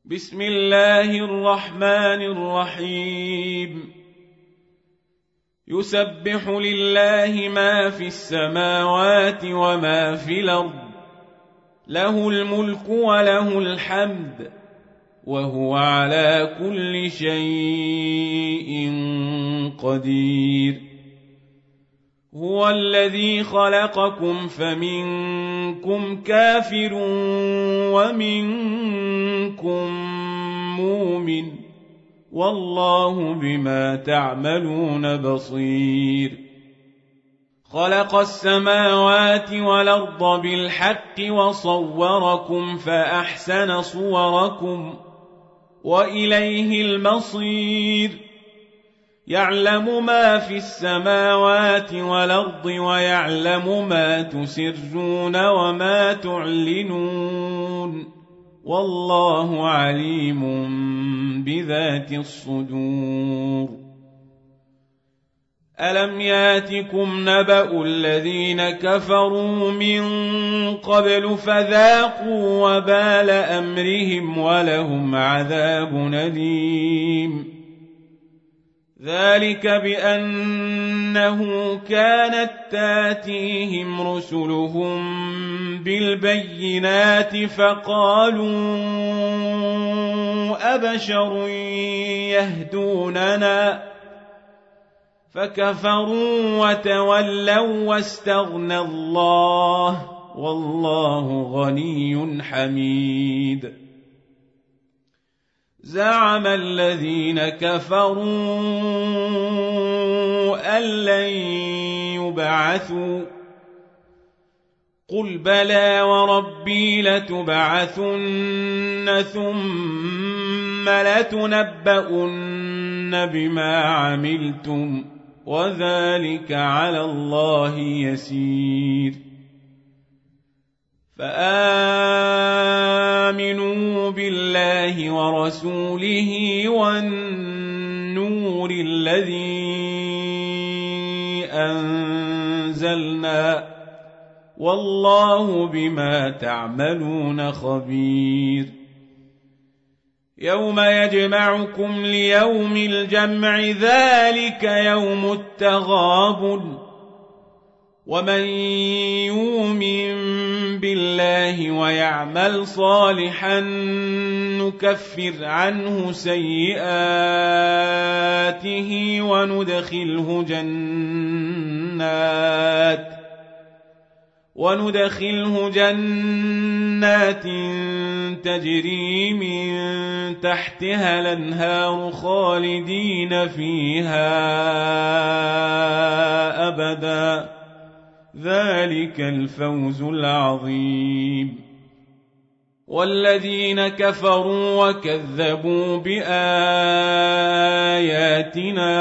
بسم الله الرحمن الرحيم يسبح لله ما في السماوات وما في الأرض له الملك وله الحمد وهو على كل شيء قدير هو الذي خلقكم فمنكم كافر ومنكم مؤمن والله بما تعملون بصير خلق السماوات والأرض بالحق وصوركم فأحسن صوركم وإليه المصير يعلم ما في السماوات والأرض ويعلم ما تسرون وما تعلنون والله عليم بذات الصدور ألم ياتكم نبأ الذين كفروا من قبل فذاقوا وبال أمرهم ولهم عذاب أليم ذلك بأنه كانت تاتيهم رسلهم بالبينات فقالوا أبشر يهدوننا فكفروا وتولوا واستغنى الله والله غني حميد زعم الذين كفروا أن لن يبعثوا قل بلى وربي لتبعثن ثم لتنبؤن بما عملتم وذلك على الله يسير فآمنوا بالله ورسوله والنور الذي أنزلنا والله بما تعملون خبير يوم يجمعكم ليوم الجمع ذلك يوم التغابن ومن يؤمن بالله ويعمل صالحا نكفر عنه سيئاته وندخله جنات تجري من تحتها الأنهار خالدين فيها أبدا ذلك الفوز العظيم والذين كفروا وكذبوا بآياتنا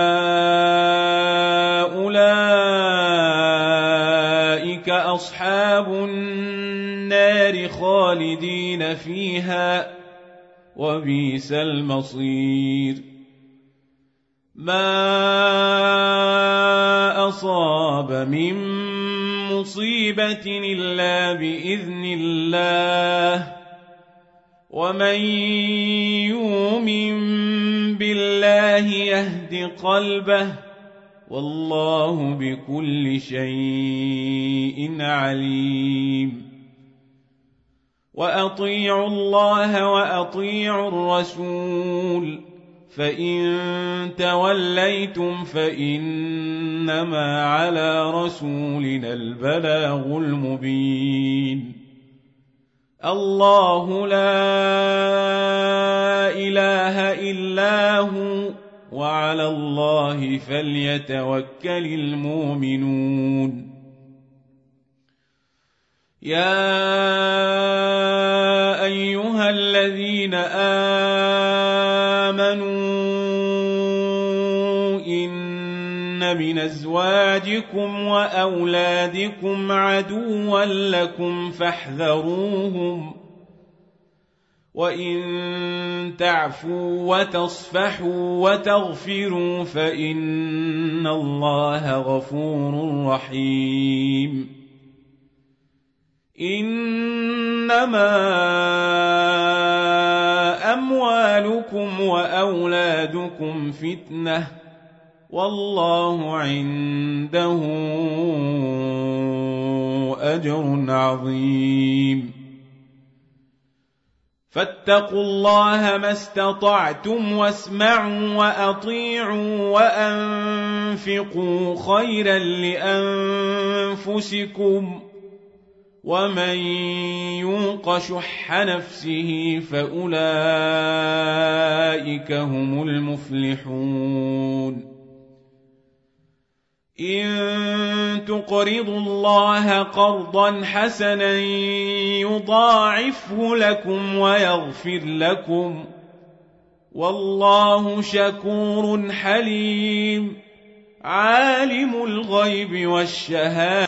أولئك أصحاب النار خالدين فيها وبئس المصير ما أصاب من مصيبة إلا بإذن الله ومن يؤمن بالله يهد قلبه والله بكل شيء عليم وأطيعوا الله وأطيعوا الرسول فإن توليتم فإنما على رسولنا البلاغ المبين الله لا إله إلا هو وعلى الله فليتوكل المؤمنون يا أيها الذين آمنوا إن من أزواجكم وأولادكم عدوا لكم فاحذروهم وإن تعفوا وتصفحوا وتغفروا فإن الله غفور رحيم إنما أموالكم وأولادكم فتنة والله عنده أجر عظيم فاتقوا الله ما استطعتم واسمعوا وأطيعوا وأنفقوا خيرا لأنفسكم ومن يوق شح نفسه فأولئك هم المفلحون إن تقرضوا الله قرضا حسنا يضاعفه لكم ويغفر لكم والله شكور حليم عالم الغيب والشهادة